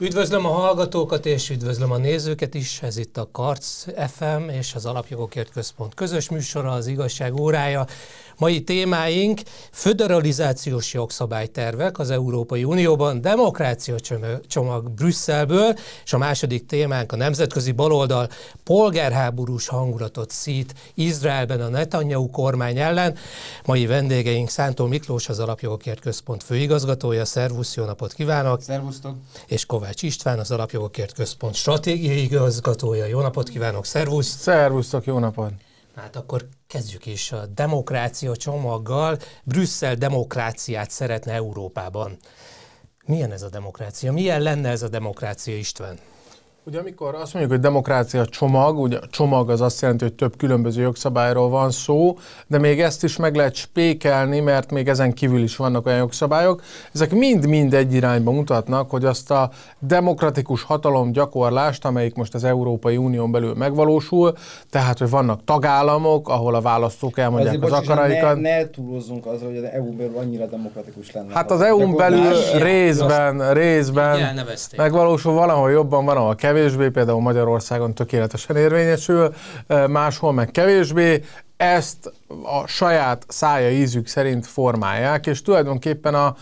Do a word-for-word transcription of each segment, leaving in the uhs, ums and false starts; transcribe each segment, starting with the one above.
Üdvözlöm a hallgatókat és üdvözlöm a nézőket is, ez itt a Karc ef em és az Alapjogokért Központ közös műsora, az Igazság órája. Mai témáink föderalizációs jogszabálytervek az Európai Unióban, demokrácia csomag Brüsszelből, és a második témánk a nemzetközi baloldal polgárháborús hangulatot szít Izraelben a Netanyahu kormány ellen. Mai vendégeink Szántó Miklós, az Alapjogokért Központ főigazgatója. Szervusz, jó napot kívánok! Szervusztok! És Kovács István, az Alapjogokért Központ stratégiai igazgatója. Jó napot kívánok, szervusz! Szervusztok, jó napot! Hát akkor kezdjük is a demokrácia csomaggal. Brüsszel demokráciát szeretne Európában. Milyen ez a demokrácia? Milyen lenne ez a demokrácia, István? Ugye amikor azt mondjuk, hogy demokrácia csomag, ugye a csomag az azt jelenti, hogy több különböző jogszabályról van szó, de még ezt is meg lehet spékelni, mert még ezen kívül is vannak olyan jogszabályok. Ezek mind-mind egy irányba mutatnak, hogy azt a demokratikus hatalomgyakorlást, amelyik most az Európai Unión belül megvalósul, tehát, hogy vannak tagállamok, ahol a választók elmondják azért, az akaraikat. Ne, ne túlozzunk azzal, hogy az é u belül annyira demokratikus lenne. Hát az é u-n belül részben, részben megvalósul, valahol jobban, valahol kevésbé, például Magyarországon tökéletesen érvényesül, máshol meg kevésbé. Ezt a saját szája ízük szerint formálják, és tulajdonképpen a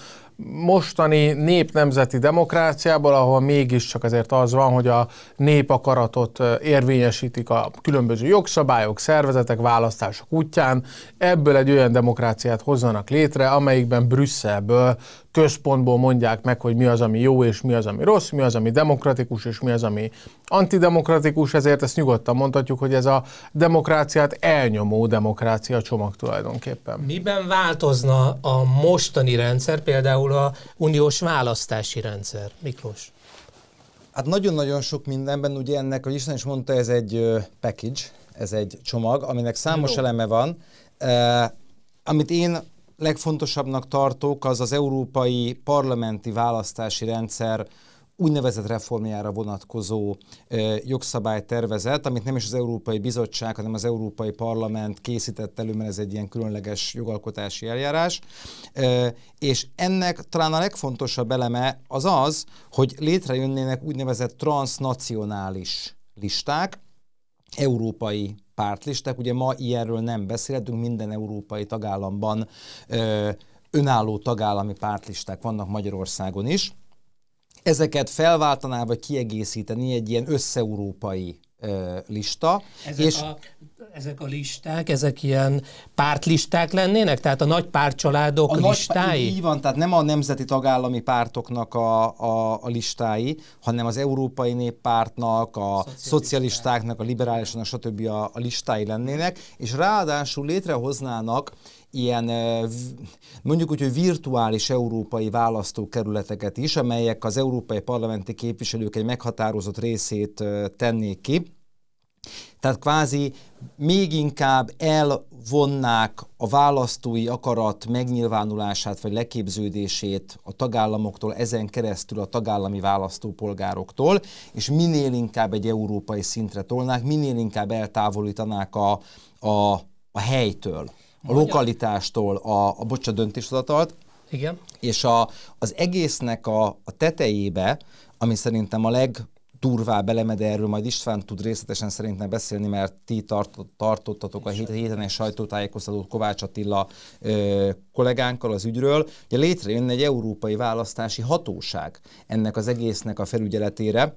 mostani népnemzeti demokráciából, ahol mégiscsak azért az van, hogy a népakaratot érvényesítik a különböző jogszabályok, szervezetek, választások útján, ebből egy olyan demokráciát hozzanak létre, amelyikben Brüsszelből, központból mondják meg, hogy mi az, ami jó, és mi az, ami rossz, mi az, ami demokratikus, és mi az, ami antidemokratikus, ezért ezt nyugodtan mondhatjuk, hogy ez a demokráciát elnyomó demokrácia csomag tulajdonképpen. Miben változna a mostani rendszer, például a uniós választási rendszer? Miklós? Hát nagyon-nagyon sok mindenben, ugye ennek, ahogy Isten is mondta, ez egy package, ez egy csomag, aminek számos jó eleme van, eh, amit én legfontosabbnak tartok, az az európai parlamenti választási rendszer úgynevezett reformjára vonatkozó ö, jogszabálytervezet, amit nem is az Európai Bizottság, hanem az Európai Parlament készített elő, mert ez egy ilyen különleges jogalkotási eljárás. Ö, és ennek talán a legfontosabb eleme az az, hogy létrejönnének úgynevezett transnacionális listák, európai pártlisták. Ugye ma ilyenről nem beszélhetünk, minden európai tagállamban ö, önálló tagállami pártlisták vannak, Magyarországon is. Ezeket felváltaná vagy kiegészíteni egy ilyen összeurópai ö, lista. Ezek, és a, ezek a listák, ezek ilyen pártlisták lennének? Tehát a nagy pártcsaládok a listái? Nagy, így van, tehát nem a nemzeti tagállami pártoknak a, a, a listái, hanem az Európai Néppártnak, a szocialistáknak, szocialistáknak a liberálisnak, stb. A, a listái lennének, és ráadásul létrehoznának ilyen, mondjuk úgy, hogy virtuális európai választókerületeket is, amelyek az európai parlamenti képviselők egy meghatározott részét tennék ki. Tehát kvázi még inkább elvonnák a választói akarat megnyilvánulását vagy leképződését a tagállamoktól, ezen keresztül a tagállami választópolgároktól, és minél inkább egy európai szintre tolnák, minél inkább eltávolítanák a, a, a helytől, a lokalitástól a, a bocsa döntéshozatalt. Igen. És a, az egésznek a, a tetejébe, ami szerintem a legdurvább eleme, de erről majd István tud részletesen szerintem beszélni, mert ti tartott, tartottatok a héten egy sajtótájékoztatót Kovács Attila ö, kollégánkkal az ügyről, hogy létrejönne egy európai választási hatóság ennek az egésznek a felügyeletére,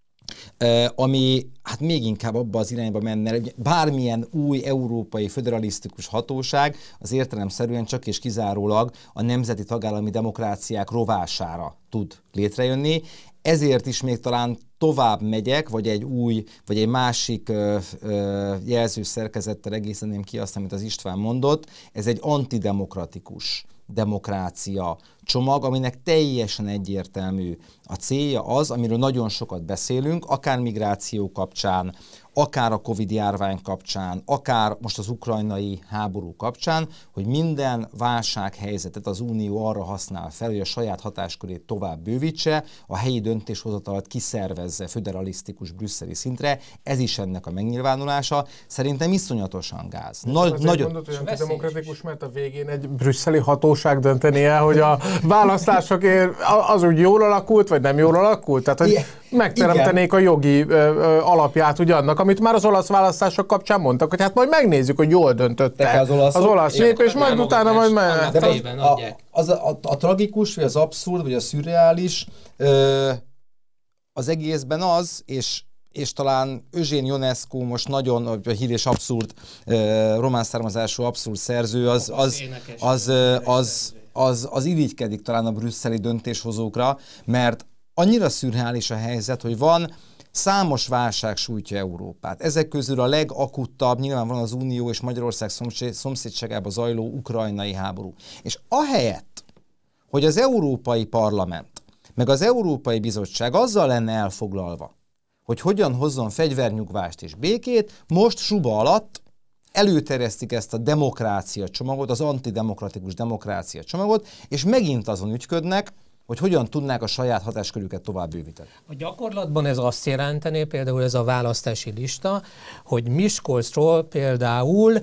Uh, ami hát még inkább abba az irányba menne, bármilyen új európai föderalisztikus hatóság az értelemszerűen csak és kizárólag a nemzeti tagállami demokráciák rovására tud létrejönni. Ezért is még talán tovább megyek, vagy egy új, vagy egy másik ö, ö, jelzőszerkezettel egészeném ki azt, amit az István mondott. Ez egy antidemokratikus demokrácia csomag, aminek teljesen egyértelmű a célja az, amiről nagyon sokat beszélünk, akár migráció kapcsán, akár a Covid járvány kapcsán, akár most az ukrajnai háború kapcsán, hogy minden válsághelyzetet az Unió arra használ fel, hogy a saját hatáskörét tovább bővítse, a helyi döntéshozatalat kiszervezze föderalisztikus brüsszeli szintre, ez is ennek a megnyilvánulása. Szerintem iszonyatosan gáz. Nagy, nagyon mondod, hogy antidemokratikus, mert a végén egy brüsszeli hatóság bíróság dönteni el, hogy a választásokért az úgy jól alakult, vagy nem jól alakult? Tehát, hogy igen, megteremtenék igen. a jogi ö, ö, alapját ugye annak, amit már az olasz választások kapcsán mondtak, hogy hát majd megnézzük, hogy jól döntötte az, az olasz nép, és majd utána majd meg... De az, a, az a, a, a tragikus, vagy az abszurd, vagy a szürreális ö, az egészben az, és és talán Eugene Ionescu most nagyon a hír és abszurd, uh, román származású abszurd szerző, az, az, az, az, az, az, az irigykedik talán a brüsszeli döntéshozókra, mert annyira szürreális a helyzet, hogy van számos válság sújtja Európát. Ezek közül a legakuttabb nyilvánvalóan az Unió és Magyarország szomszédságában zajló ukrajnai háború. És ahelyett, hogy az Európai Parlament, meg az Európai Bizottság azzal lenne elfoglalva, hogy hogyan hozzon fegyvernyugvást és békét, most suba alatt előterjesztik ezt a demokrácia csomagot, az antidemokratikus demokrácia csomagot, és megint azon ügyködnek, hogy hogyan tudnák a saját hatáskörüket tovább bővíteni. A gyakorlatban ez azt jelentené, például ez a választási lista, hogy Miskolcról például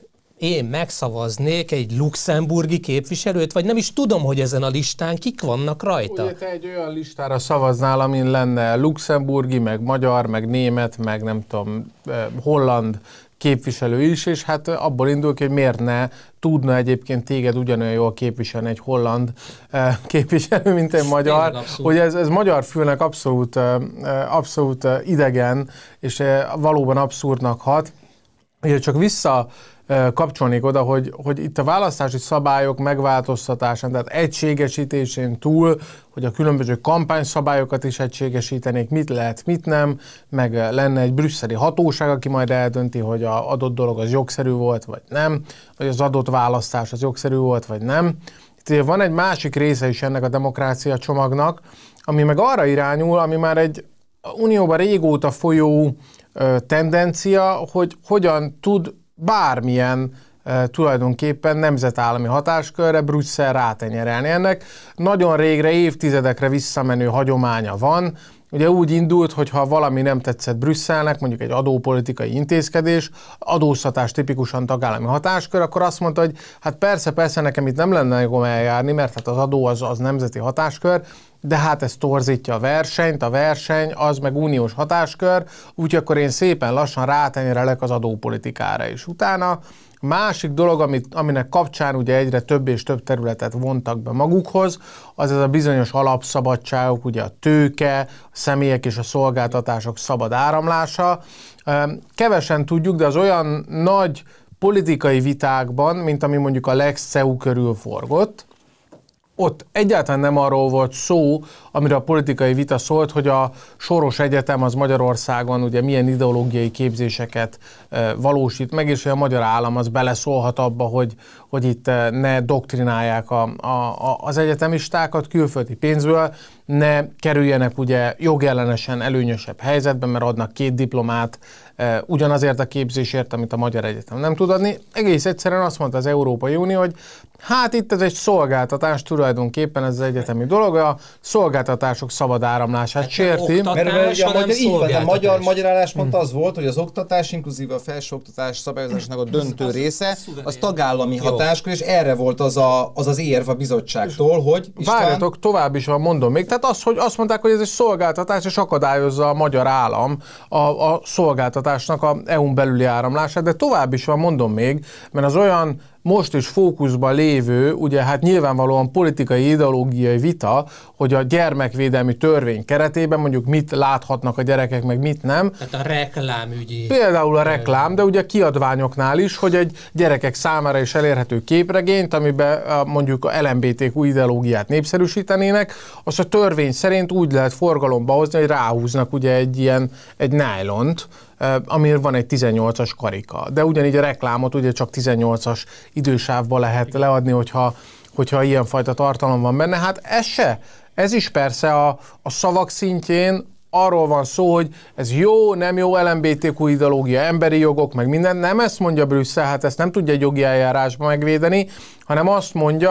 én megszavaznék egy luxemburgi képviselőt, vagy nem is tudom, hogy ezen a listán kik vannak rajta. Ugye te egy olyan listára szavaznál, amin lenne luxemburgi, meg magyar, meg német, meg nem tudom, holland képviselő is, és hát abból indul ki, hogy miért ne tudna egyébként téged ugyanolyan jól képviselni egy holland képviselő, mint egy magyar. Hogy ez, ez magyar fülnek abszolút, abszolút idegen, és valóban abszurdnak hat. Ugye csak vissza kapcsolnék oda, hogy, hogy itt a választási szabályok megváltoztatásán, tehát egységesítésén túl, hogy a különböző kampányszabályokat is egységesítenék, mit lehet, mit nem, meg lenne egy brüsszeli hatóság, aki majd eldönti, hogy az adott dolog az jogszerű volt, vagy nem, vagy az adott választás az jogszerű volt, vagy nem. Itt van egy másik része is ennek a demokrácia csomagnak, ami meg arra irányul, ami már egy unióban régóta folyó tendencia, hogy hogyan tud bármilyen e, tulajdonképpen nemzetállami hatáskörre Brüsszel rátenyerelni. Ennek nagyon régre, évtizedekre visszamenő hagyománya van. Ugye úgy indult, hogy ha valami nem tetszett Brüsszelnek, mondjuk egy adópolitikai intézkedés, adóztatás tipikusan tagállami hatáskör, akkor azt mondta, hogy hát persze, persze nekem itt nem lenne jogom eljárni, mert hát az adó az, az nemzeti hatáskör, de hát ez torzítja a versenyt, a verseny az meg uniós hatáskör, úgyhogy akkor én szépen lassan rátenyerelek az adópolitikára is. Utána másik dolog, amit, aminek kapcsán ugye egyre több és több területet vontak be magukhoz, az ez a bizonyos alapszabadságok, ugye a tőke, a személyek és a szolgáltatások szabad áramlása. Kevesen tudjuk, de az olyan nagy politikai vitákban, mint ami mondjuk a Lex cé e u körül forgott, ott egyáltalán nem arról volt szó, amire a politikai vita szólt, hogy a Soros Egyetem az Magyarországon ugye milyen ideológiai képzéseket e, valósít meg, és hogy a magyar állam az beleszólhat abba, hogy, hogy itt ne doktrinálják a, a, az egyetemistákat külföldi pénzből, ne kerüljenek ugye jogellenesen előnyösebb helyzetben, mert adnak két diplomát e, ugyanazért a képzésért, amit a Magyar Egyetem nem tud adni. Egész egyszerűen azt mondta az Európai Unió, hogy hát itt ez egy szolgáltatás tulajdonképpen, ez az egyetemi dolog, a szolgáltatások szabad áramlását hát sérti. Mert ugye a magyar, így van, a magyar, magyar álláspont az volt, hogy az oktatás, inkluzíve a felsőoktatás szabályozásnak a döntő az, része, az tagállami jó. hatáskör, és erre volt az a, az, az érv a bizottságtól, hogy... Várjatok, tovább is van, mondom még. Tehát az, hogy azt mondták, hogy ez egy szolgáltatás, és akadályozza a magyar állam a, a szolgáltatásnak a é u-n belüli áramlását, de tovább is van, mondom még, mert az olyan most is fókuszban lévő, ugye hát nyilvánvalóan politikai, ideológiai vita, hogy a gyermekvédelmi törvény keretében mondjuk mit láthatnak a gyerekek, meg mit nem. Tehát a reklámügyi. Például a reklám, de ugye kiadványoknál is, hogy egy gyerekek számára is elérhető képregényt, amiben mondjuk a el em bé té kú ideológiát népszerűsítenének, azt a törvény szerint úgy lehet forgalomba hozni, hogy ráhúznak ugye egy ilyen, egy nájlont, amire van egy tizennyolcas karika. De ugyanígy a reklámot ugye csak tizennyolcas idősávban lehet leadni, hogyha, hogyha ilyenfajta tartalom van benne. Hát ez se. Ez is persze a, a szavak szintjén arról van szó, hogy ez jó, nem jó, el em bé té kú ideológia, emberi jogok, meg minden. Nem ezt mondja Brüsszel, hát ezt nem tudja egy jogi eljárásban megvédeni, hanem azt mondja,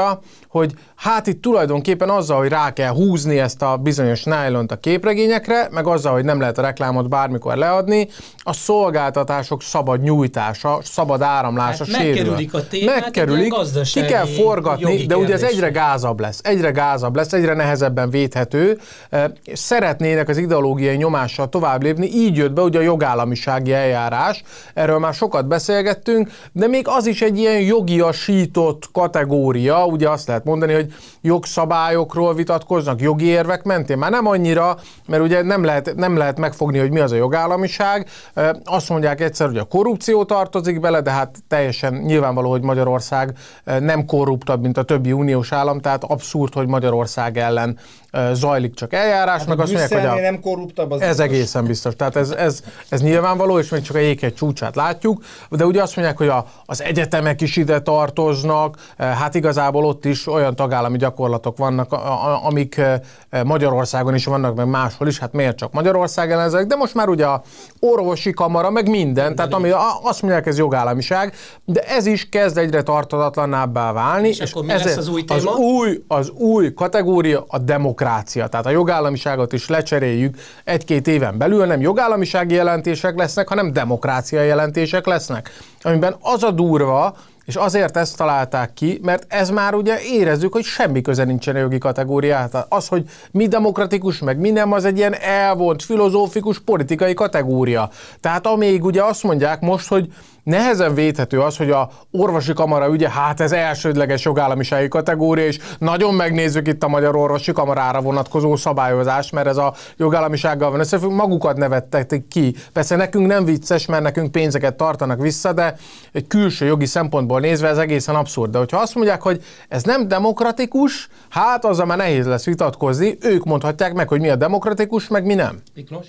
hogy hát itt tulajdonképpen azzal, hogy rá kell húzni ezt a bizonyos nylont a képregényekre, meg azzal, hogy nem lehet a reklámot bármikor leadni, a szolgáltatások szabad nyújtása, szabad áramlása hát sérül. Megkerülik a témát, megkerülik, ki kell forgatni, de ugye ez egyre gázabb lesz, egyre gázabb lesz, egyre nehezebben védhető, és szeretnének az ideológiai nyomással tovább lépni, így jött be ugye a jogállamisági eljárás, erről már sokat beszélgettünk, de még az is egy ilyen jogiasított kategória, ugye azt lehet mondani, hogy jogszabályokról vitatkoznak, jogi érvek mentén, már nem annyira, mert ugye nem lehet, nem lehet megfogni, hogy mi az a jogállamiság, azt mondják egyszer, hogy a korrupció tartozik bele, de hát teljesen nyilvánvaló, hogy Magyarország nem korruptabb, mint a többi uniós állam, tehát abszurd, hogy Magyarország ellen zajlik csak eljárás, hát meg azt mondják, hogy a... nem korruptabb, az ez biztos. Egészen biztos. Tehát ez, ez, ez nyilvánvaló, és még csak a jéghegy csúcsát látjuk, de ugye azt mondják, hogy a, az egyetemek is ide tartoznak, hát igazából ott is olyan tagállami gyakorlatok vannak, amik Magyarországon is vannak, meg máshol is, hát miért csak Magyarországon ezek, de most már ugye a orvosi kamara, meg minden, tehát ami azt mondják, ez jogállamiság, de ez is kezd egyre tartatatlannábbá válni, és, és akkor mi lesz az új téma? Az új, az új kategória a demokrácia, tehát a jogállamiságot is lecseréljük egy-két éven belül, nem jogállamisági jelentések lesznek, hanem demokrácia jelentések lesznek, amiben az a durva, és azért ezt találták ki, mert ez már ugye érezzük, hogy semmi köze nincsen a jogi kategóriához. Az, hogy mi demokratikus, meg mi nem, az egy ilyen elvont, filozófikus, politikai kategória. Tehát amíg ugye azt mondják most, hogy nehezen védhető az, hogy a orvosi kamara ügye, hát ez elsődleges jogállamisági kategória, és nagyon megnézzük itt a Magyar Orvosi Kamarára vonatkozó szabályozást, mert ez a jogállamisággal van összefüggő, magukat nevettek ki. Persze nekünk nem vicces, mert nekünk pénzeket tartanak vissza, de egy külső jogi szempontból nézve ez egészen abszurd. De hogyha azt mondják, hogy ez nem demokratikus, hát azzal már nehéz lesz vitatkozni, ők mondhatják meg, hogy mi a demokratikus, meg mi nem. Miklós?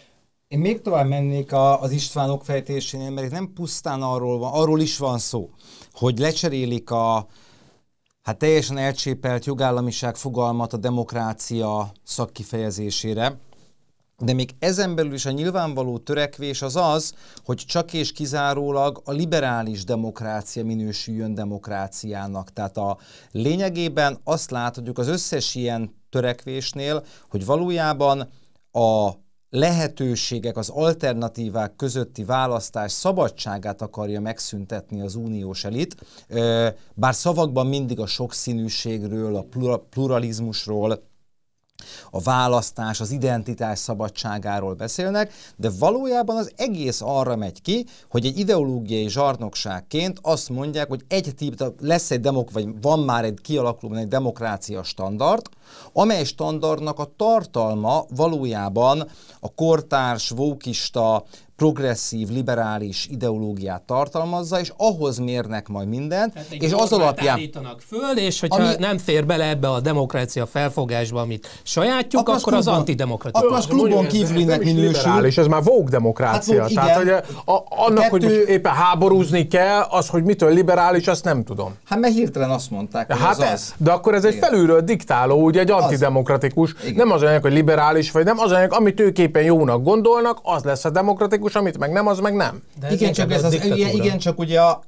Én még tovább mennék a, az Istvánok fejtésénél, mert itt nem pusztán arról van, arról is van szó, hogy lecserélik a hát teljesen elcsépelt jogállamiság fogalmat a demokrácia szakkifejezésére, de még ezen belül is a nyilvánvaló törekvés az az, hogy csak és kizárólag a liberális demokrácia minősüljön demokráciának. Tehát a lényegében azt láthatjuk az összes ilyen törekvésnél, hogy valójában a lehetőségek, az alternatívák közötti választás szabadságát akarja megszüntetni az uniós elit, bár szavakban mindig a sokszínűségről, a pluralizmusról, a választás, az identitás szabadságáról beszélnek, de valójában az egész arra megy ki, hogy egy ideológiai zsarnokságként azt mondják, hogy egy típ, lesz egy demok, vagy van már egy kialakulóban egy demokrácia standard, amely standardnak a tartalma valójában a kortárs, vókista, progresszív, liberális ideológiát tartalmazza, és ahhoz mérnek majd mindent, tehát és az alapján állítanak föl, és hogyha ami, nem fér bele ebbe a demokrácia felfogásba, amit sajátjuk, akkor, akkor az antidemokratikus. Akkor az klubon kívülinek minősül. És ez már woke demokrácia. Hát, tehát, hogy a, annak, kettő... hogy most éppen háborúzni kell, az, hogy mitől liberális, azt nem tudom. Hát mert hirtelen azt mondták, hogy hát az ez, az. De akkor ez egy igen. felülről diktáló, ugye egy antidemokratikus. Nem az olyan, hogy liberális, vagy nem az olyan, amit ők éppen jónak gondolnak, az lesz a demokratikus, amit meg nem, az meg nem. De igen, csak ez az, igen, igen, csak ugye a,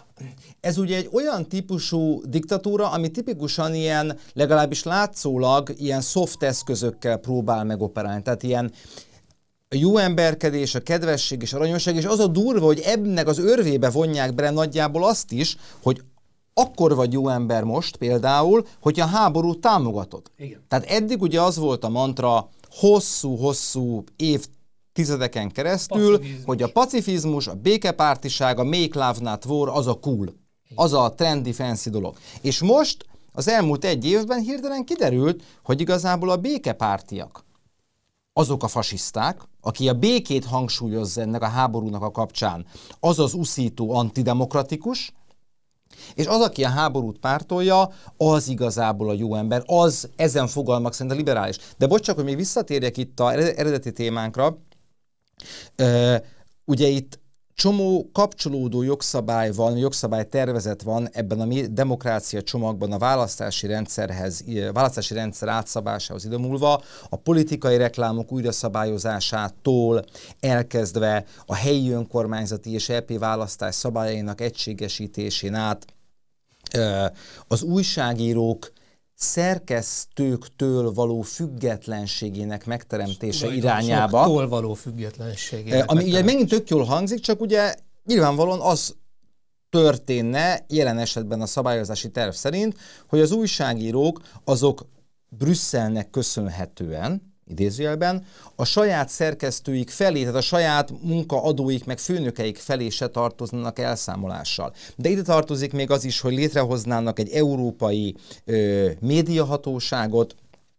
ez ugye egy olyan típusú diktatúra, ami tipikusan ilyen, legalábbis látszólag, ilyen soft eszközökkel próbál megoperálni. Tehát ilyen a jó emberkedés, a kedvesség és aranyosság, és az a durva, hogy ennek az örvébe vonják bele nagyjából azt is, hogy akkor vagy jó ember most például, hogyha a háborút támogatod. Igen. Tehát eddig ugye az volt a mantra hosszú-hosszú év tizedeken keresztül, pacifizmus. Hogy a pacifizmus, a békepártiság, a make love not war, az a cool. Az a trendy, fancy dolog. És most az elmúlt egy évben hirtelen kiderült, hogy igazából a békepártiak azok a fasiszták, aki a békét hangsúlyozza ennek a háborúnak a kapcsán, az az uszító antidemokratikus, és az, aki a háborút pártolja, az igazából a jó ember, az ezen fogalmak szerint a liberális. De bocs, csak, hogy még visszatérjek itt a eredeti témánkra, Uh, ugye itt csomó kapcsolódó jogszabály van, jogszabálytervezet van ebben a demokrácia csomagban a választási rendszerhez, választási rendszer átszabásához időmúlva, a politikai reklámok újraszabályozásától elkezdve a helyi önkormányzati és é pé választás szabályainak egységesítésén át, az újságírók szerkesztőktől való függetlenségének megteremtése irányába. Tól való függetlenségének. Ami ugye megint tök jól hangzik, csak ugye nyilvánvalóan az történne jelen esetben a szabályozási terv szerint, hogy az újságírók azok Brüsszelnek köszönhetően, idézőjelben, a saját szerkesztőik felé, tehát a saját munkaadóik meg főnökeik felé se tartoznak elszámolással. De ide tartozik még az is, hogy létrehoznának egy európai ö, médiahatóságot,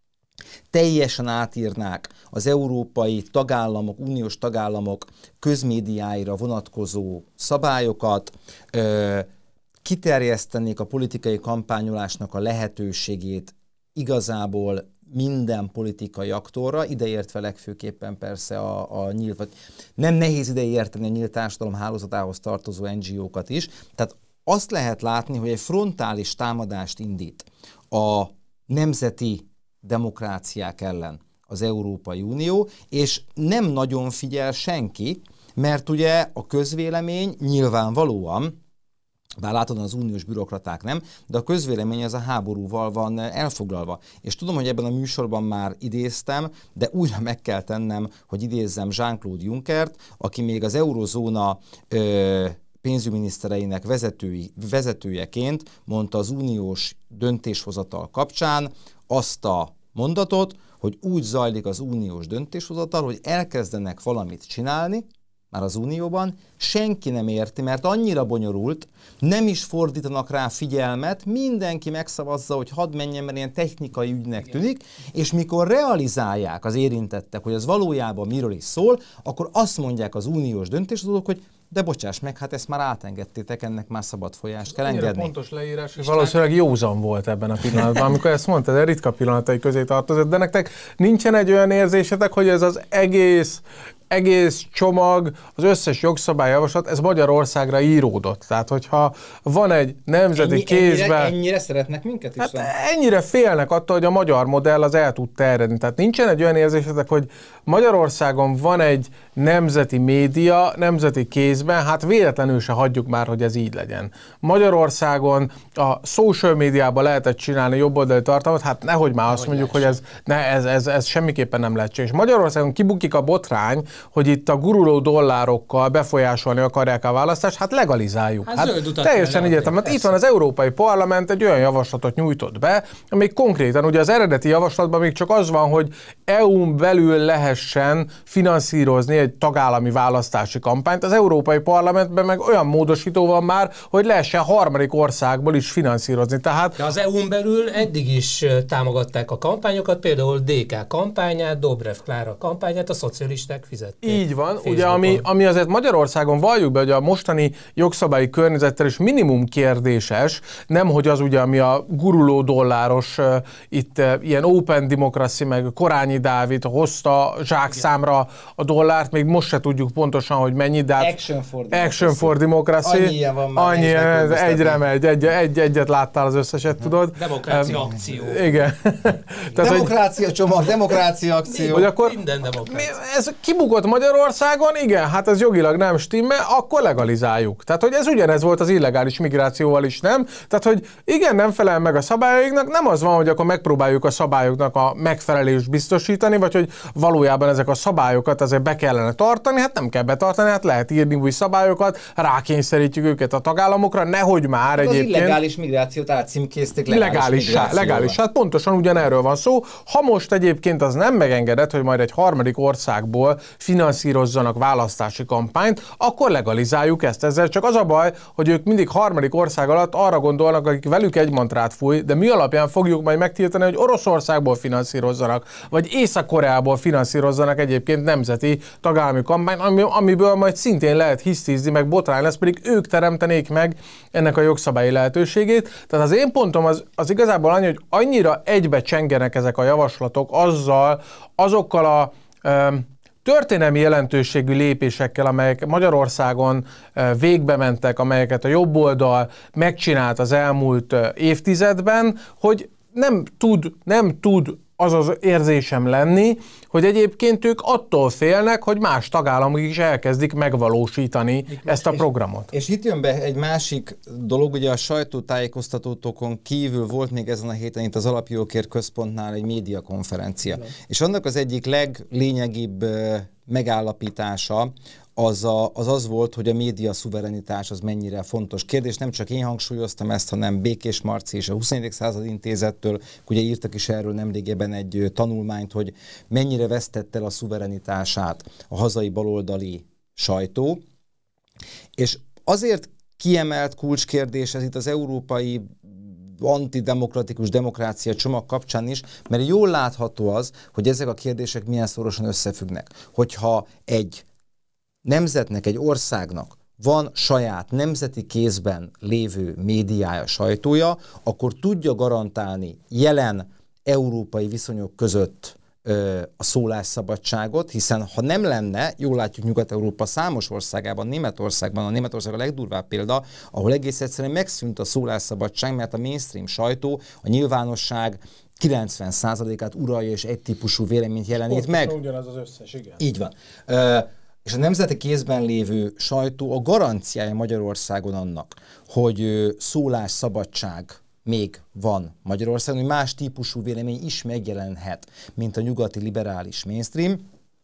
teljesen átírnák az európai tagállamok, uniós tagállamok közmédiáira vonatkozó szabályokat, ö, kiterjesztenék a politikai kampányolásnak a lehetőségét igazából minden politikai aktorra, ideértve legfőképpen persze a, a nyílt, vagy nem nehéz ide érteni a nyílt társadalom hálózatához tartozó en gé ókat is. Tehát azt lehet látni, hogy egy frontális támadást indít a nemzeti demokráciák ellen az Európai Unió, és nem nagyon figyel senki, mert ugye a közvélemény nyilvánvalóan, bár látod, az uniós bürokraták nem, de a közvélemény az a háborúval van elfoglalva. És tudom, hogy ebben a műsorban már idéztem, de újra meg kell tennem, hogy idézzem Jean-Claude Junckert, aki még az eurozóna ö, pénzügyminisztereinek vezetői, vezetőjeként mondta az uniós döntéshozatal kapcsán azt a mondatot, hogy úgy zajlik az uniós döntéshozatal, hogy elkezdenek valamit csinálni, már az Unióban, senki nem érti, mert annyira bonyolult, nem is fordítanak rá figyelmet, mindenki megszavazza, hogy hadd menjen, mert ilyen technikai ügynek tűnik, és mikor realizálják az érintettek, hogy ez valójában miről is szól, akkor azt mondják az uniós döntéshozók, hogy de bocsáss meg, hát ezt már átengedtétek, ennek már szabad folyást kell engedni. Ennyire pontos leírás, és valószínűleg józan volt ebben a pillanatban, amikor ezt mondtad, de ritka pillanatai közé tartozott, de nektek nincsen egy olyan érzésetek, hogy ez az egész egész csomag, az összes jogszabályjavaslat, ez Magyarországra íródott. Tehát, hogyha van egy nemzeti Ennyi, kézben... Ennyire, ennyire szeretnek minket is? Hát ennyire félnek attól, hogy a magyar modell az el tud terjedni. Tehát nincsen egy olyan érzésetek, hogy Magyarországon van egy nemzeti média, nemzeti kézben, hát véletlenül se hagyjuk már, hogy ez így legyen. Magyarországon a social médiában lehetett csinálni jobboldali tartalmat, hát nehogy már azt mondjuk, hogy ez, ne, ez, ez, ez semmiképpen nem lehetséges. Magyarországon kibukik a botrány, hogy itt a guruló dollárokkal befolyásolni akarják a választást, hát legalizáljuk. Hát, hát teljesen így értem. Hát itt van az Európai Parlament egy olyan javaslatot nyújtott be, ami konkrétan ugye az eredeti javaslatban még csak az van, hogy é u-n belül lehessen finanszírozni egy tagállami választási kampányt. Az Európai Parlamentben meg olyan módosító van már, hogy lehessen harmadik országból is finanszírozni. Tehát... De az é u-n belül eddig is támogatták a kampányokat, például dé ká kampányát, Dobrev Klára kampányát, a szocialisták fizették. Így van, Facebookon. Ugye ami, ami azért Magyarországon valljuk be, hogy a mostani jogszabályi környezettel is minimum kérdéses, nem hogy az ugye, ami a guruló dolláros, uh, itt uh, ilyen open democracy, meg Korányi Dávid hozta zsákszámra a dollárt, még most se tudjuk pontosan, hogy mennyi, de Action for Democracy. Action for democracy. Annyi van már. Annyi, egyre megy, egy, egy, egyet láttál az összeset, tudod? Demokrácia um, akció. Igen. Tehát, demokrácia hogy, csomag, demokrácia akció. Hogy akkor minden demokrácia. Ez kibukott Magyarországon, igen, hát ez jogilag nem stimmel, akkor legalizáljuk. Tehát, hogy ez ugyanez volt az illegális migrációval is, nem? Tehát, hogy igen, nem felel meg a szabályoknak, nem az van, hogy akkor megpróbáljuk a szabályoknak a megfelelést biztosítani, vagy hogy valójában ezek a szabályokat azért be kellene tartani, hát nem kell betartani, hát lehet írni új szabályokat, rákényszerítjük őket a tagállamokra, nehogy már az egyébként... Az illegális migrációt átcímkézték legális, legális migrációval. Legális, hát pontosan ugyanerről van szó. Ha most egyébként az nem megengedett, hogy majd egy harmadik országból finanszírozzanak választási kampányt, akkor legalizáljuk ezt. Ezzel csak az a baj, hogy ők mindig harmadik ország alatt arra gondolnak, akik velük egy mantrát fúj, de mi alapján fogjuk majd megtiltani, hogy Oroszországból finanszírozzanak, vagy Észak-Koreából finanszírozzanak egyébként nemzeti tagállami kampányt, amiből majd szintén lehet hisztizni, meg botrány lesz, pedig ők teremtenék meg ennek a jogszabályi lehetőségét. Tehát az én pontom az, az igazából annyi, hogy annyira egybe csengenek ezek a javaslatok azzal, azokkal a um, történelmi jelentőségű lépésekkel, amelyek Magyarországon végbe mentek, amelyeket a jobb oldal megcsinált az elmúlt évtizedben, hogy nem tud, nem tud az az érzésem lenni, hogy egyébként ők attól félnek, hogy más tagállamok is elkezdik megvalósítani Miklós, ezt a programot. És, és itt jön be egy másik dolog, ugye a sajtótájékoztatótokon kívül volt még ezen a héten itt az Alapjogokért Központnál egy médiakonferencia. Igen. És annak az egyik leglényegibb megállapítása az, a, az az volt, hogy a média szuverenitás az mennyire fontos kérdés. Nem csak én hangsúlyoztam ezt, hanem Békés Marci és a huszonegyedik század intézettől, ugye írtak is erről nemrégében egy tanulmányt, hogy mennyire vesztette el a szuverenitását a hazai baloldali sajtó. És azért kiemelt kulcskérdés ez itt az európai antidemokratikus demokrácia csomag kapcsán is, mert jól látható az, hogy ezek a kérdések milyen szorosan összefüggnek. Hogyha egy nemzetnek, egy országnak van saját nemzeti kézben lévő médiája, sajtója, akkor tudja garantálni jelen európai viszonyok között ö, a szólásszabadságot, hiszen ha nem lenne, jól látjuk Nyugat-Európa számos országában, Németországban, a Németország a legdurvább példa, ahol egész egyszerűen megszűnt a szólásszabadság, mert a mainstream sajtó, a nyilvánosság kilencven százalékát uralja és egy típusú véleményt jelenít meg. Ugyanaz az összes, igen. Így van. Ö, És a nemzeti kézben lévő sajtó a garanciája Magyarországon annak, hogy szólásszabadság még van Magyarországon, hogy más típusú vélemény is megjelenhet, mint a nyugati liberális mainstream,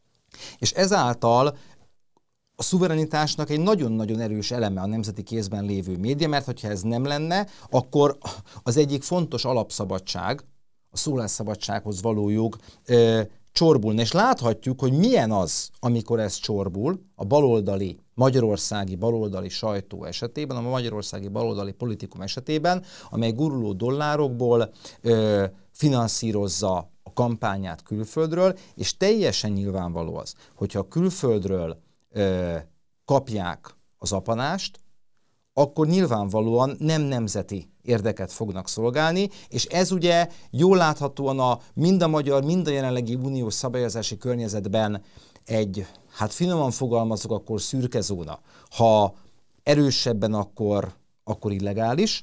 és ezáltal a szuverenitásnak egy nagyon-nagyon erős eleme a nemzeti kézben lévő média, mert hogyha ez nem lenne, akkor az egyik fontos alapszabadság, a szólásszabadsághoz való jog csorbulna. És láthatjuk, hogy milyen az, amikor ez csorbul a baloldali, magyarországi baloldali sajtó esetében, a magyarországi baloldali politikum esetében, amely guruló dollárokból ö, finanszírozza a kampányát külföldről, és teljesen nyilvánvaló az, hogyha külföldről ö, kapják az apanást, akkor nyilvánvalóan nem nemzeti érdeket fognak szolgálni, és ez ugye jól láthatóan a, mind a magyar, mind a jelenlegi uniós szabályozási környezetben egy, hát finoman fogalmazok, akkor szürke zóna. Ha erősebben, akkor, akkor illegális.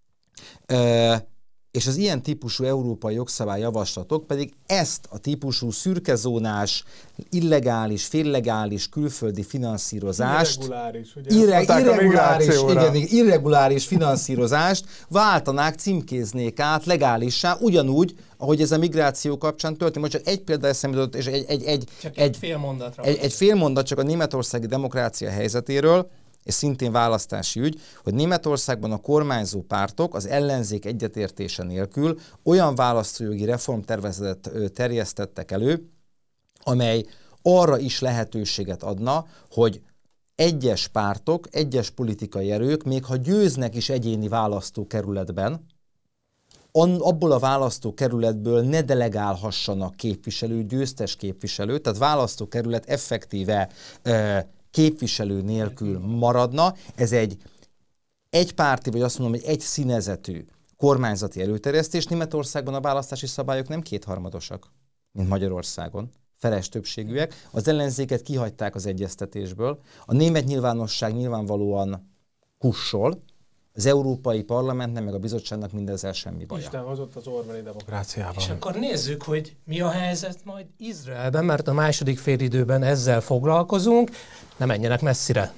E, és az ilyen típusú európai jogszabályjavaslatok pedig ezt a típusú szürkezónás, illegális, féllegális külföldi finanszírozást, irreguláris, ugye? Irre, irreguláris, igen, irreguláris finanszírozást váltanák, címkéznék át legálissá, ugyanúgy, ahogy ez a migráció kapcsán történt. Most csak egy példa eszembe jutott, és egy, egy, egy, csak egy, egy fél mondatra. Egy, egy fél mondat csak a németországi demokrácia helyzetéről, és szintén választási ügy, hogy Németországban a kormányzó pártok az ellenzék egyetértése nélkül olyan választójogi reformtervezetet terjesztettek elő, amely arra is lehetőséget adna, hogy egyes pártok, egyes politikai erők, még ha győznek is egyéni választókerületben, abból a választókerületből ne delegálhassanak képviselő, győztes képviselőt, tehát választókerület effektíve képviselő nélkül maradna. Ez egy egypárti, vagy azt mondom, hogy egy színezetű kormányzati előterjesztés. Németországban a választási szabályok nem kétharmadosak, mint Magyarországon, feles többségűek. Az ellenzéket kihagyták az egyeztetésből. A német nyilvánosság nyilvánvalóan kussol, az Európai Parlamentnek, meg a bizottságnak mindezzel semmi baja. Isten hozott az Orbáni demokráciával. És akkor nézzük, hogy mi a helyzet majd Izraelben, mert a második félidőben ezzel foglalkozunk. Ne menjenek messzire.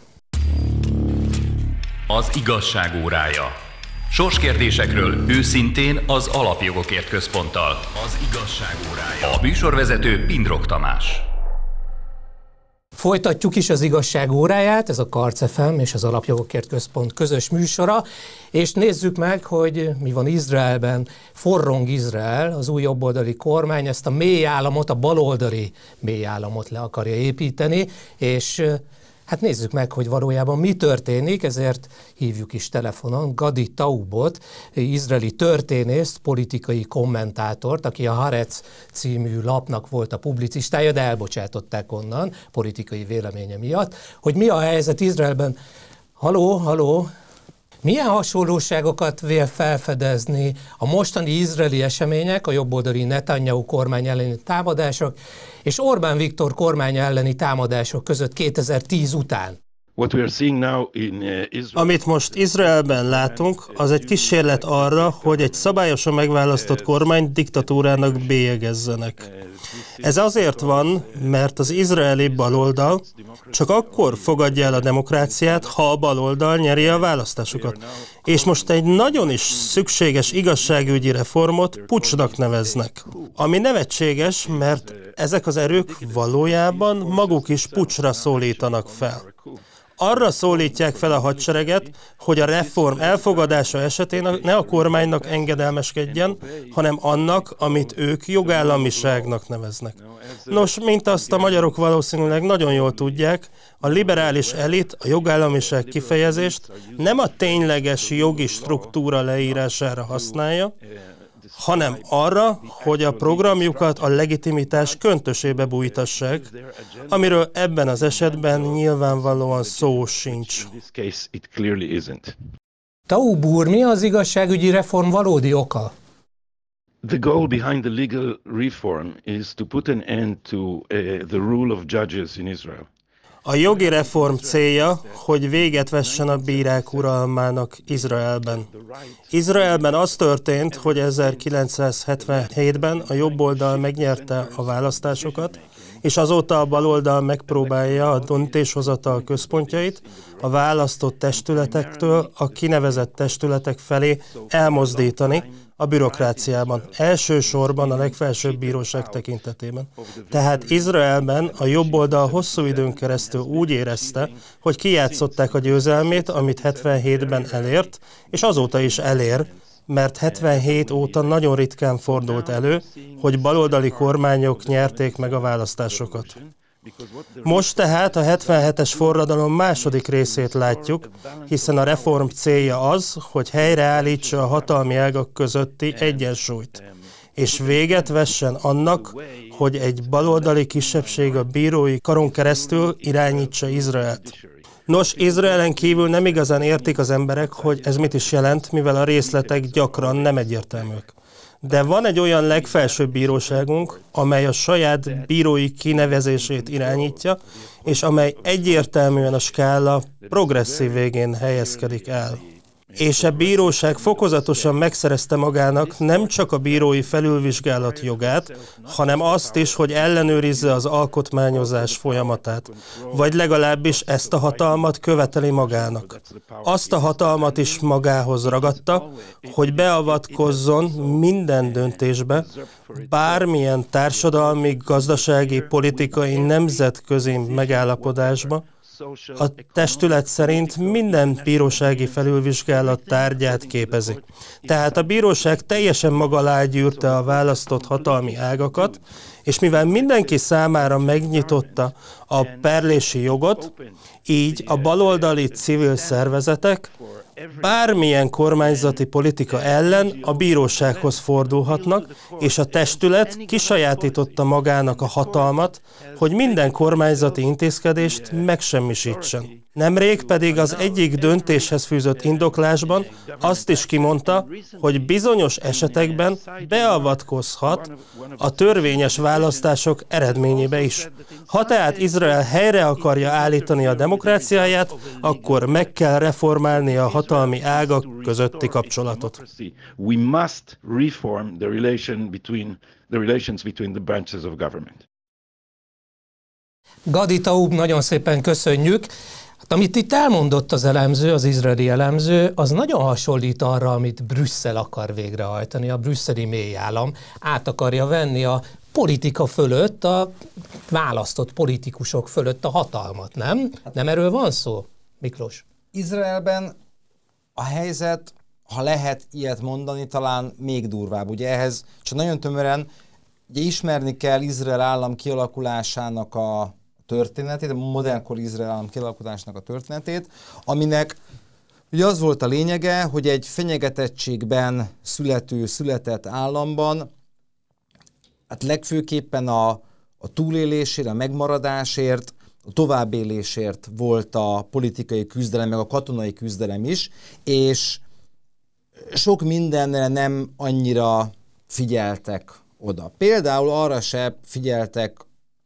Az igazság órája. Sorskérdésekről őszintén az Alapjogokért Központtal. Az igazság órája. A műsorvezető Pindrok Tamás. Folytatjuk is az igazság óráját, ez a Karc ef em és az Alapjogokért Központ közös műsora, és nézzük meg, hogy mi van Izraelben. Forrong Izrael, az új jobboldali kormány ezt a mély államot, a baloldali mély államot le akarja építeni, és hát nézzük meg, hogy valójában mi történik, ezért hívjuk is telefonon Gadi Taubot, izraeli történészt, politikai kommentátort, aki a Haaretz című lapnak volt a publicistája, de elbocsátották onnan politikai véleménye miatt, hogy mi a helyzet Izraelben. Haló, haló! Milyen hasonlóságokat vél felfedezni a mostani izraeli események, a jobboldali Netanyahu kormány elleni támadások és Orbán Viktor kormány elleni támadások között kétezer-tíz után? Amit most Izraelben látunk, az egy kísérlet arra, hogy egy szabályosan megválasztott kormány diktatúrának bélyegezzenek. Ez azért van, mert az izraeli baloldal csak akkor fogadja el a demokráciát, ha a baloldal nyeri a választásokat. És most egy nagyon is szükséges igazságügyi reformot puccsnak neveznek. Ami nevetséges, mert ezek az erők valójában maguk is puccsra szólítanak fel. Arra szólítják fel a hadsereget, hogy a reform elfogadása esetén ne a kormánynak engedelmeskedjen, hanem annak, amit ők jogállamiságnak neveznek. Nos, mint azt a magyarok valószínűleg nagyon jól tudják, a liberális elit a jogállamiság kifejezést nem a tényleges jogi struktúra leírására használja, hanem arra, hogy a programjukat a legitimitás köntösébe bújtassák, amiről ebben az esetben nyilvánvalóan szó sincs. Taub úr, mi az igazságügyi reform valódi oka? The goal behind the legal reform is to put an end to uh, the rule of judges in Israel. A jogi reform célja, hogy véget vessen a bírák uralmának Izraelben. Izraelben az történt, hogy ezerkilencszázhetvenhétben a jobboldal megnyerte a választásokat, és azóta a baloldal megpróbálja a döntéshozatal központjait a választott testületektől a kinevezett testületek felé elmozdítani a bürokráciában, elsősorban a legfelsőbb bíróság tekintetében. Tehát Izraelben a jobboldal hosszú időn keresztül úgy érezte, hogy kijátszották a győzelmét, amit hetvenhétben elért, és azóta is elér, mert hetvenhét óta nagyon ritkán fordult elő, hogy baloldali kormányok nyerték meg a választásokat. Most tehát a hetvenhetes forradalom második részét látjuk, hiszen a reform célja az, hogy helyreállítsa a hatalmi ágak közötti egyensúlyt, és véget vessen annak, hogy egy baloldali kisebbség a bírói karon keresztül irányítsa Izraelt. Nos, Izraelen kívül nem igazán értik az emberek, hogy ez mit is jelent, mivel a részletek gyakran nem egyértelműek. De van egy olyan legfelsőbb bíróságunk, amely a saját bírói kinevezését irányítja, és amely egyértelműen a skála progresszív végén helyezkedik el. És a bíróság fokozatosan megszerezte magának nem csak a bírói felülvizsgálat jogát, hanem azt is, hogy ellenőrizze az alkotmányozás folyamatát, vagy legalábbis ezt a hatalmat követeli magának. Azt a hatalmat is magához ragadta, hogy beavatkozzon minden döntésbe, bármilyen társadalmi, gazdasági, politikai, nemzetközi megállapodásba. A testület szerint minden bírósági felülvizsgálat tárgyát képezi. Tehát a bíróság teljesen maga alá gyűrte a választott hatalmi ágakat, és mivel mindenki számára megnyitotta a perlési jogot, így a baloldali civil szervezetek bármilyen kormányzati politika ellen a bírósághoz fordulhatnak, és a testület kisajátította magának a hatalmat, hogy minden kormányzati intézkedést megsemmisítsen. Nemrég pedig az egyik döntéshez fűzött indoklásban azt is kimondta, hogy bizonyos esetekben beavatkozhat a törvényes választások eredményébe is. Ha tehát Izrael helyre akarja állítani a demokráciáját, akkor meg kell reformálni a hatalmi ágak közötti kapcsolatot. We must reform the relation between the relations between the branches of government. Gadi Taub, nagyon szépen köszönjük. Hát, amit itt elmondott az elemző, az izraeli elemző, az nagyon hasonlít arra, amit Brüsszel akar végrehajtani, a brüsszeli mélyállam át akarja venni a politika fölött, a választott politikusok fölött a hatalmat, nem? Nem erről van szó, Miklós? Izraelben a helyzet, ha lehet ilyet mondani, talán még durvább. Ugye ehhez csak nagyon tömören ugye ismerni kell Izrael állam kialakulásának a történetét, a modernkor Izrael állam kialakulásának a történetét, aminek ugye az volt a lényege, hogy egy fenyegetettségben születő, született államban hát legfőképpen a, a túlélésért, a megmaradásért, a továbbélésért volt a politikai küzdelem, meg a katonai küzdelem is, és sok mindenre nem annyira figyeltek oda. Például arra se figyeltek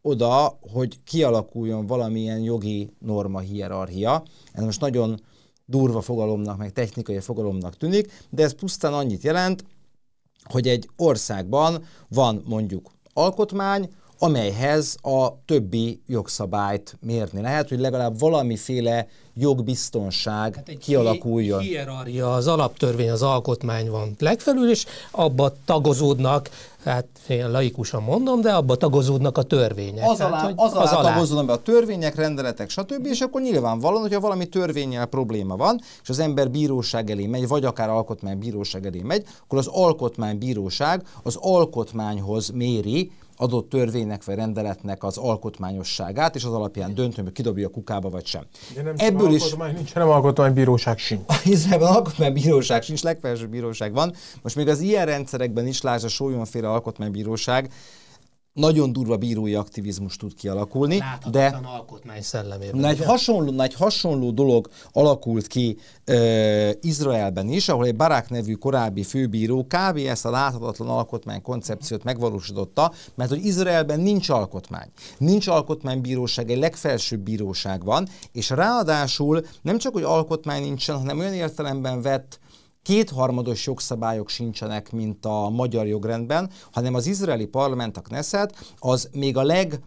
oda, hogy kialakuljon valamilyen jogi norma hierarchia. Ez most nagyon durva fogalomnak, meg technikai fogalomnak tűnik, de ez pusztán annyit jelent, hogy egy országban van mondjuk alkotmány, amelyhez a többi jogszabályt mérni lehet, hogy legalább valamiféle jogbiztonság hát kialakuljon. Egy hierarchia, az alaptörvény, az alkotmány van legfelül, és abba tagozódnak, hát én laikusan mondom, de abba tagozódnak a törvények. Az alá, hát, az alá, az alá tagozódnak be a törvények, rendeletek, stb. És akkor nyilvánvalóan, hogyha valami törvénnyel probléma van, és az ember bíróság elé megy, vagy akár alkotmánybíróság elé megy, akkor az alkotmánybíróság az alkotmányhoz méri adott törvénynek vagy rendeletnek az alkotmányosságát, és az alapján dönt, hogy kidobja a kukába vagy sem. De nem Ebből is nincs, hanem alkotmánybíróság sincs. Izraelben alkotmánybíróság sincs, legfelsőbb bíróság van. Most még az ilyen rendszerekben is, lásd a Sólyomféle alkotmánybíróság, nagyon durva bírói aktivizmus tud kialakulni, de alkotmány szellemében. Egy hasonló, egy hasonló dolog alakult ki e, Izraelben is, ahol egy Barak nevű korábbi főbíró kb. Ezt a láthatatlan alkotmány koncepciót megvalósította, mert hogy Izraelben nincs alkotmány. Nincs alkotmánybíróság, egy legfelsőbb bíróság van, és ráadásul nem csak, hogy alkotmány nincsen, hanem olyan értelemben vett kétharmados jogszabályok sincsenek, mint a magyar jogrendben, hanem az izraeli parlament, a Knesset, az még a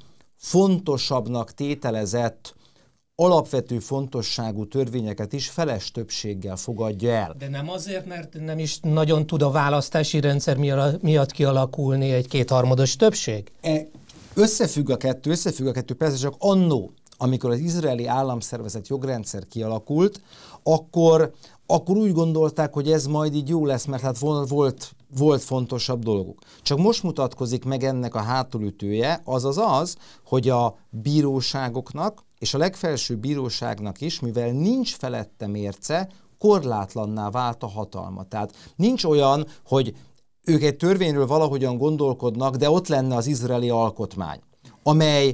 legfontosabbnak tételezett, alapvető fontosságú törvényeket is feles többséggel fogadja el. De nem azért, mert nem is nagyon tud a választási rendszer miatt kialakulni egy kétharmados többség? Összefügg a kettő, összefügg a kettő, persze csak annó, amikor az izraeli államszervezet jogrendszer kialakult, akkor akkor úgy gondolták, hogy ez majd így jó lesz, mert hát volt, volt fontosabb dolguk. Csak most mutatkozik meg ennek a hátulütője, azaz az, hogy a bíróságoknak és a legfelsőbb bíróságnak is, mivel nincs felette mérce, korlátlanná vált a hatalma. Tehát nincs olyan, hogy ők egy törvényről valahogyan gondolkodnak, de ott lenne az izraeli alkotmány, amely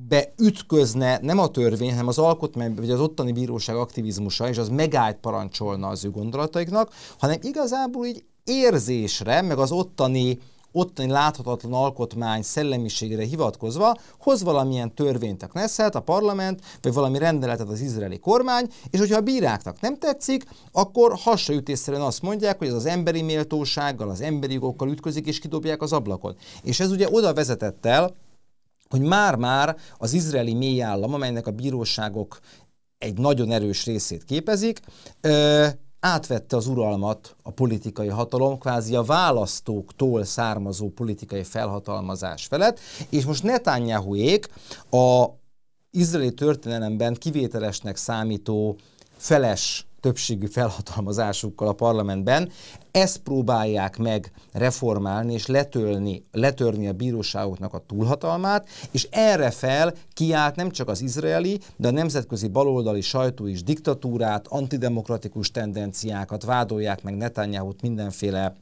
beütközne nem a törvény, hanem az alkotmány, vagy az ottani bíróság aktivizmusa, és az megállt parancsolna az ő gondolataiknak, hanem igazából így érzésre, meg az ottani, ottani láthatatlan alkotmány szellemiségére hivatkozva hoz valamilyen törvényt a Knesset, a parlament, vagy valami rendeletet az izraeli kormány, és hogyha a bíráknak nem tetszik, akkor hasraütésszerűen azt mondják, hogy ez az emberi méltósággal, az emberi jogokkal ütközik, és kidobják az ablakon. És ez ugye oda vezetett el, hogy már-már az izraeli mélyállam, amelynek a bíróságok egy nagyon erős részét képezik, ö, átvette az uralmat a politikai hatalom, kvázi a választóktól származó politikai felhatalmazás felett, és most Netanyahuék a izraeli történelemben kivételesnek számító feles többségű felhatalmazásukkal a parlamentben ezt próbálják meg reformálni és letörni, letörni a bíróságoknak a túlhatalmát, és erre fel kiállt nem csak az izraeli, de a nemzetközi baloldali sajtó is diktatúrát, antidemokratikus tendenciákat, vádolják meg Netanyahut mindenféle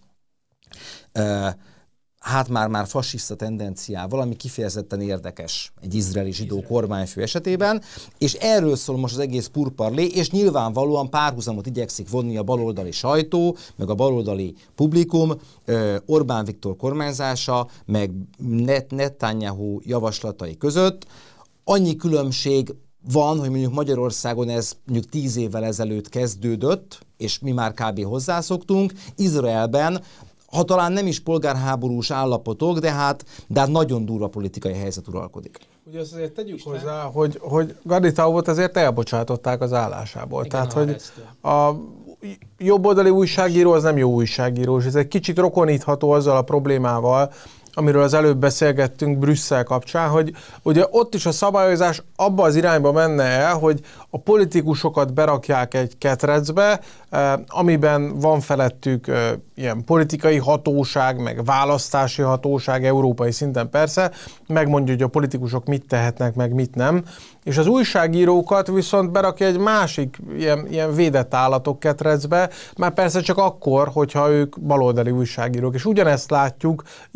uh, hát már-már fasiszta tendenciával, ami kifejezetten érdekes egy izraeli zsidó kormányfő esetében, és erről szól most az egész purparlé, és nyilvánvalóan párhuzamot igyekszik vonni a baloldali sajtó, meg a baloldali publikum, Orbán Viktor kormányzása, meg Net- Netanyahu javaslatai között. Annyi különbség van, hogy mondjuk Magyarországon ez mondjuk tíz évvel ezelőtt kezdődött, és mi már kb. Hozzászoktunk, Izraelben ha talán nem is polgárháborús állapotok, de hát, de hát nagyon durva politikai helyzet uralkodik. Ugye azt azért tegyük Isten? hozzá, hogy, hogy Gadi Taubot azért elbocsátották az állásából. Igen, tehát, hogy a jobboldali újságíró az nem jó újságíró, és ez egy kicsit rokonítható azzal a problémával, amiről az előbb beszélgettünk Brüsszel kapcsán, hogy ugye ott is a szabályozás abba az irányba menne el, hogy a politikusokat berakják egy ketrecbe, amiben van felettük ilyen politikai hatóság, meg választási hatóság, európai szinten persze, megmondja, hogy a politikusok mit tehetnek, meg mit nem, és az újságírókat viszont berakja egy másik ilyen, ilyen védett állatok ketrecbe, már persze csak akkor, hogyha ők baloldali újságírók. És ugyanezt látjuk Izrael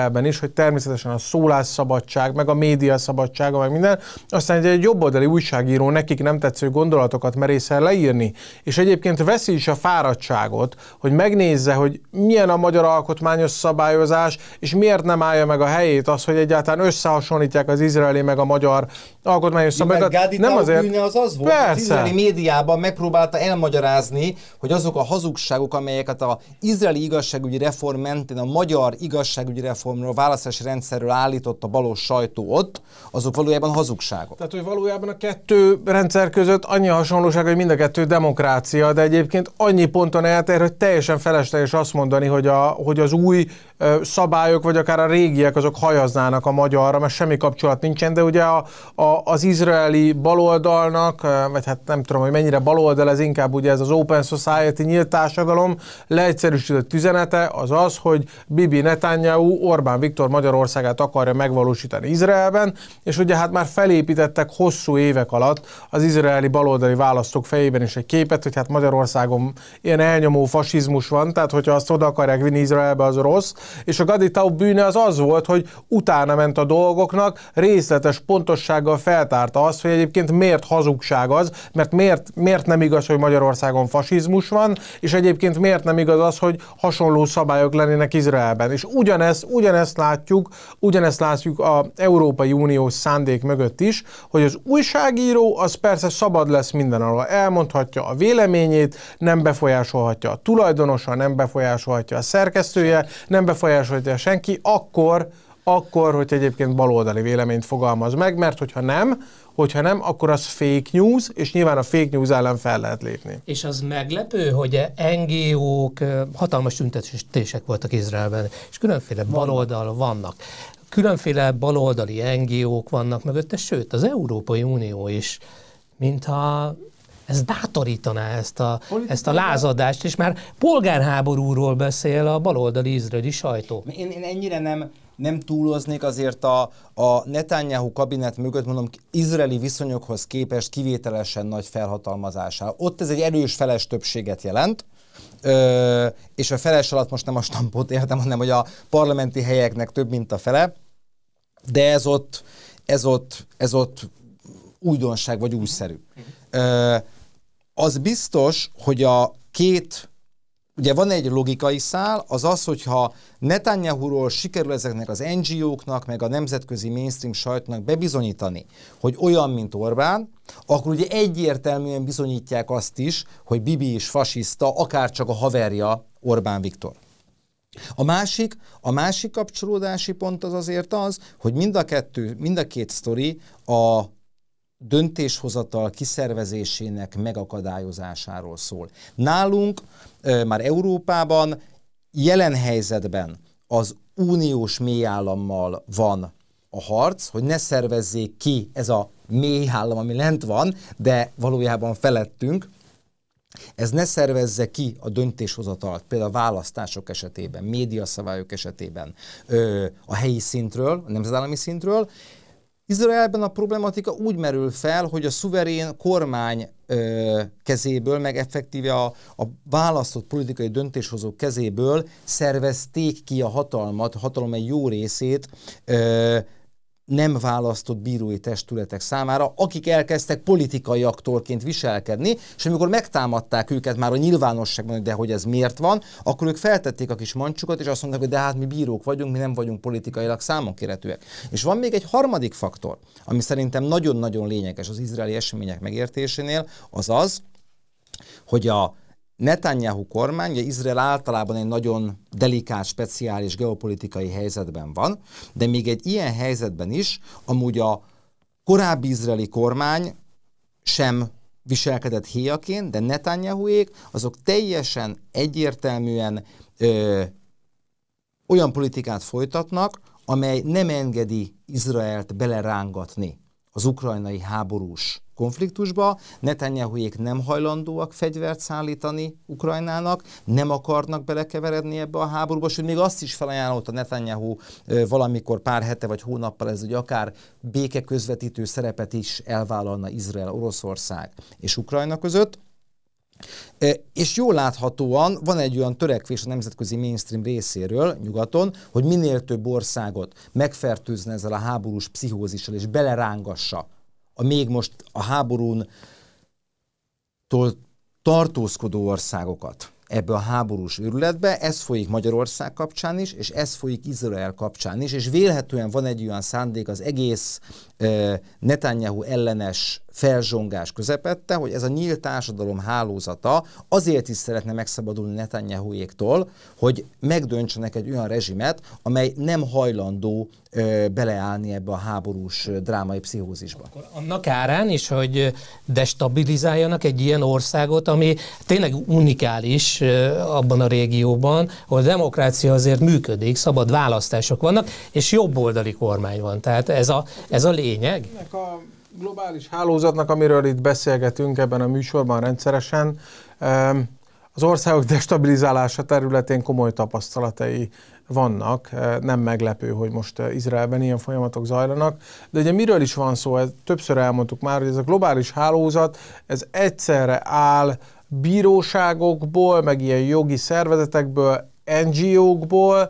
Izraelben is, hogy természetesen a szólásszabadság, meg a média szabadsága, meg minden, aztán egy jobboldali újságíró nekik nem tetsző gondolatokat merészel leírni, és egyébként veszi is a fáradtságot, hogy megnézze, hogy milyen a magyar alkotmányos szabályozás, és miért nem állja meg a helyét az, hogy egyáltalán összehasonlítják az izraeli meg a magyar alkotmányos szabályozást. Nem azért. Bűne az az volt, hogy az izraeli médiában megpróbálta elmagyarázni, hogy azok a hazugságok, amelyeket az izraeli igazságügyi reform mentén a magyar igazságügyi reformról, választási rendszerről állított a balos sajtó ott, azok valójában hazugságok. Tehát, hogy valójában a kettő rendszer között annyi hasonlóság, hogy mind a kettő demokrácia, de egyébként annyi ponton eltér, hogy teljesen felesleges azt mondani, hogy, a, hogy az új ö, szabályok, vagy akár a régiek, azok hajaznának a magyarra, mert semmi kapcsolat nincsen, de ugye a, a, az izraeli baloldalnak, vagy hát nem tudom, hogy mennyire baloldal, ez inkább ugye ez az Open Society, nyílt társadalom leegyszerűsített üzenete az az, hogy Bibi Netanyahu Orbán Viktor Magyarországát akarja megvalósítani Izraelben, és ugye hát már felépítettek hosszú évek alatt az izraeli baloldali választók fejében is egy képet, hogy hát Magyarországon ilyen elnyomó fasizmus van, tehát hogyha azt oda akarják vinni Izraelbe, az rossz, és a Gadi Taub bűne az az volt, hogy utána ment a dolgoknak, részletes pontossággal feltárta azt, hogy egyébként miért hazugság az, mert miért, miért nem igaz, hogy Magyarországon fasizmus van, és egyébként miért nem igaz az, hogy hasonló szabályok lennének Izraelben. És ugyanezt, ugyanezt látjuk, ugyanezt látjuk az Európai Uniós szándék mögött is, hogy az újságíró az persze szabad lesz mindenhol, elmondhatja a véleményét, nem befolyásolhatja a tulajdonosa, nem befolyásolhatja a szerkesztője, nem befolyásolhatja senki, akkor, akkor, hogy egyébként baloldali véleményt fogalmaz meg, mert hogyha nem, hogyha nem, akkor az fake news, és nyilván a fake news ellen fel lehet lépni. És az meglepő, hogy en gé ó-k hatalmas tüntetések voltak Izraelben, és különféle baloldal vannak. Különféle baloldali en gé ó-k vannak mögötte, sőt, az Európai Unió is, mintha ez bátorítaná ezt a, ezt a lázadást, és már polgárháborúról beszél a baloldali izraeli sajtó. Én, én ennyire nem, nem túloznék, azért a, a Netanyahu kabinet mögött, mondom, izraeli viszonyokhoz képest kivételesen nagy felhatalmazással. Ott ez egy erős feles többséget jelent, Ö, és a feles alatt most nem a stampot értem, hanem hogy a parlamenti helyeknek több, mint a fele, de ez ott, ez ott, ez ott újdonság vagy újszerű. Ö, az biztos, hogy a két, ugye van egy logikai szál, az az, hogyha Netanyahuról sikerül ezeknek az en gé ó-knak, meg a nemzetközi mainstream sajtónak bebizonyítani, hogy olyan, mint Orbán, akkor ugye egyértelműen bizonyítják azt is, hogy Bibi is fasiszta, akár csak a haverja Orbán Viktor. A másik, a másik kapcsolódási pont az azért az, hogy mind a kettő, mind a két sztori a döntéshozatal kiszervezésének megakadályozásáról szól. Nálunk, már Európában jelen helyzetben az uniós mélyállammal van a harc, hogy ne szervezzék ki ez a mélyállam, ami lent van, de valójában felettünk, ez ne szervezze ki a döntéshozatalt, például a választások esetében, médiaszabályok esetében, a helyi szintről, a nemzetállami szintről. Izraelben a problematika úgy merül fel, hogy a szuverén kormány ö, kezéből, meg effektíve a, a választott politikai döntéshozók kezéből szervezték ki a hatalmat, a hatalom egy jó részét ö, nem választott bírói testületek számára, akik elkezdtek politikai aktorként viselkedni, és amikor megtámadták őket már a nyilvánosságban, hogy de hogy ez miért van, akkor ők feltették a kis mancsukat, és azt mondták, hogy de hát mi bírók vagyunk, mi nem vagyunk politikailag számonkérhetőek. És van még egy harmadik faktor, ami szerintem nagyon-nagyon lényeges az izraeli események megértésénél, az az, hogy a Netanyahu kormány, ugye Izrael általában egy nagyon delikát, speciális geopolitikai helyzetben van, de még egy ilyen helyzetben is amúgy a korábbi izraeli kormány sem viselkedett héjaként, de Netanyahuék azok teljesen egyértelműen ö, olyan politikát folytatnak, amely nem engedi Izraelt belerángatni az ukrajnai háborús konfliktusba. Netanyahuék nem hajlandóak fegyvert szállítani Ukrajnának, nem akarnak belekeveredni ebbe a háborúba, sőt még azt is felajánlotta Netanyahu valamikor pár hete vagy hónappal ez, hogy akár békeközvetítő szerepet is elvállalna Izrael, Oroszország és Ukrajna között. És jól láthatóan van egy olyan törekvés a nemzetközi mainstream részéről nyugaton, hogy minél több országot megfertőzne ezzel a háborús pszichózissal, és belerángassa a még most a háborúntól tartózkodó országokat ebbe a háborús őrületbe. Ez folyik Magyarország kapcsán is, és ez folyik Izrael kapcsán is, és vélhetően van egy olyan szándék az egész eh, Netanyahu ellenes felzsongás közepette, hogy ez a nyílt társadalom hálózata azért is szeretne megszabadulni Netanyahuéktól, hogy megdöntsenek egy olyan rezsimet, amely nem hajlandó ö, beleállni ebbe a háborús drámai pszichózisba. Akkor annak árán is, hogy destabilizáljanak egy ilyen országot, ami tényleg unikális abban a régióban, ahol a demokrácia azért működik, szabad választások vannak, és jobboldali kormány van. Tehát ez a, ez a lényeg. Ennek a globális hálózatnak, amiről itt beszélgetünk ebben a műsorban rendszeresen, az országok destabilizálása területén komoly tapasztalatai vannak. Nem meglepő, hogy most Izraelben ilyen folyamatok zajlanak. De ugye miről is van szó? Ezt többször elmondtuk már, hogy ez a globális hálózat, ez egyszerre áll bíróságokból, meg ilyen jogi szervezetekből, en gé ó-kból,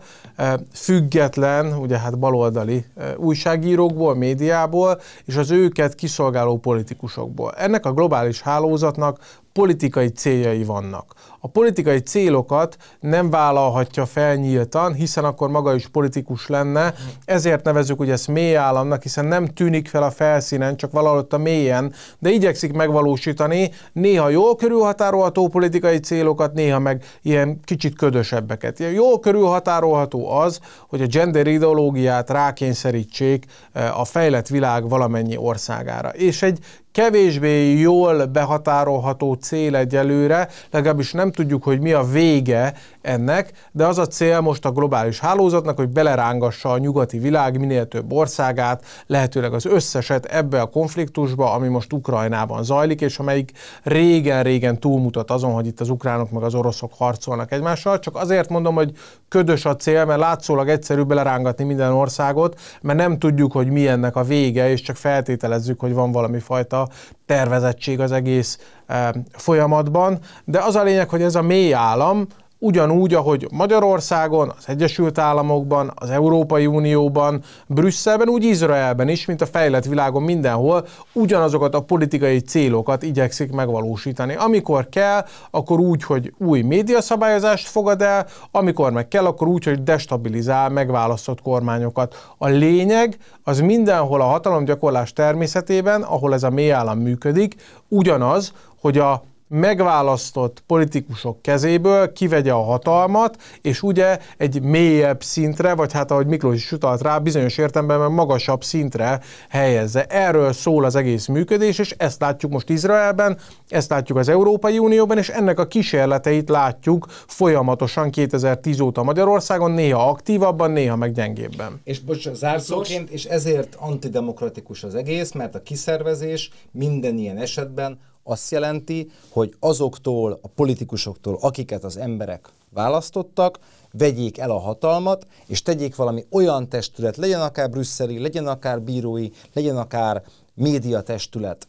független, ugye hát baloldali újságírókból, médiából, és az őket kiszolgáló politikusokból. Ennek a globális hálózatnak politikai céljai vannak. A politikai célokat nem vállalhatja fel nyíltan, hiszen akkor maga is politikus lenne, ezért nevezzük ugye ezt mély államnak, hiszen nem tűnik fel a felszínen, csak valahol ott a mélyen, de igyekszik megvalósítani néha jól körülhatárolható politikai célokat, néha meg ilyen kicsit ködösebbeket. Ilyen jól körülhatárolható az, hogy a gender ideológiát rákényszerítsék a fejlett világ valamennyi országára. És egy kevésbé jól behatárolható cél egyelőre, legalábbis nem tudjuk, hogy mi a vége ennek, de az a cél most a globális hálózatnak, hogy belerángassa a nyugati világ minél több országát, lehetőleg az összeset ebbe a konfliktusba, ami most Ukrajnában zajlik, és amelyik régen-régen túlmutat azon, hogy itt az ukránok meg az oroszok harcolnak egymással. Csak azért mondom, hogy ködös a cél, mert látszólag egyszerű belerángatni minden országot, mert nem tudjuk, hogy mi ennek a vége, és csak feltételezzük, hogy van valami fajta tervezettség az egész eh, folyamatban, de az a lényeg, hogy ez a mély állam ugyanúgy, ahogy Magyarországon, az Egyesült Államokban, az Európai Unióban, Brüsszelben, úgy Izraelben is, mint a fejlett világon mindenhol, ugyanazokat a politikai célokat igyekszik megvalósítani. Amikor kell, akkor úgy, hogy új médiaszabályozást fogad el, amikor meg kell, akkor úgy, hogy destabilizál megválasztott kormányokat. A lényeg az mindenhol a hatalomgyakorlás természetében, ahol ez a mély állam működik, ugyanaz, hogy a megválasztott politikusok kezéből kivegye a hatalmat, és ugye egy mélyebb szintre, vagy hát ahogy Miklós is utalt rá, bizonyos értelemben magasabb szintre helyezze. Erről szól az egész működés, és ezt látjuk most Izraelben, ezt látjuk az Európai Unióban, és ennek a kísérleteit látjuk folyamatosan kétezer-tíz óta Magyarországon, néha aktívabban, néha meg gyengébben. És bocs, zárszóként, és ezért antidemokratikus az egész, mert a kiszervezés minden ilyen esetben azt jelenti, hogy azoktól, a politikusoktól, akiket az emberek választottak, vegyék el a hatalmat, és tegyék valami olyan testület, legyen akár brüsszeli, legyen akár bírói, legyen akár médiatestület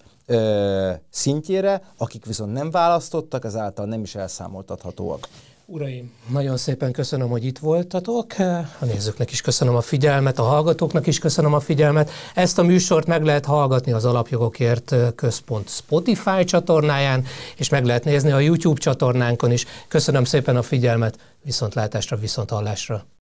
ö, szintjére, akik viszont nem választottak, ezáltal nem is elszámoltathatóak. Uraim, nagyon szépen köszönöm, hogy itt voltatok. A nézőknek is köszönöm a figyelmet, a hallgatóknak is köszönöm a figyelmet. Ezt a műsort meg lehet hallgatni az Alapjogokért Központ Spotify csatornáján, és meg lehet nézni a YouTube csatornánkon is. Köszönöm szépen a figyelmet, viszontlátásra, viszonthallásra.